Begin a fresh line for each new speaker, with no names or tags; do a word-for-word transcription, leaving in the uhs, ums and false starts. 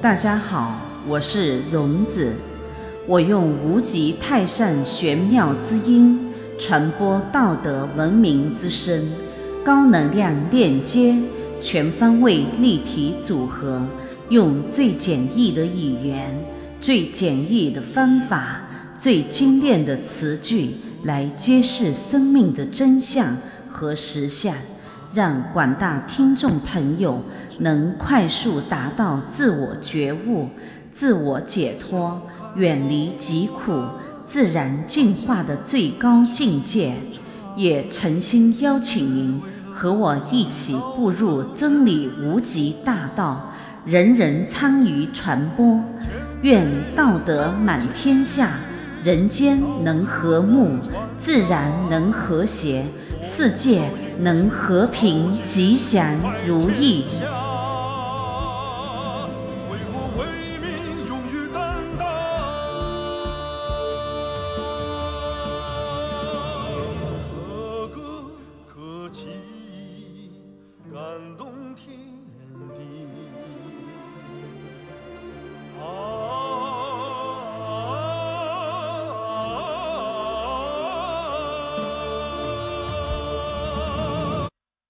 大家好，我是荣子，我用无极泰善玄妙之音，传播道德文明之声，高能量链接，全方位立体组合，用最简易的语言、最简易的方法、最精炼的词句来揭示生命的真相和实相，让广大听众朋友能快速达到自我觉悟、自我解脱、远离疾苦、自然进化的最高境界。也诚心邀请您和我一起步入真理无极大道，人人参与传播，愿道德满天下，人间能和睦，自然能和谐，世界能和平吉祥如意。
为国为民勇于担当，可歌可泣，感动天地。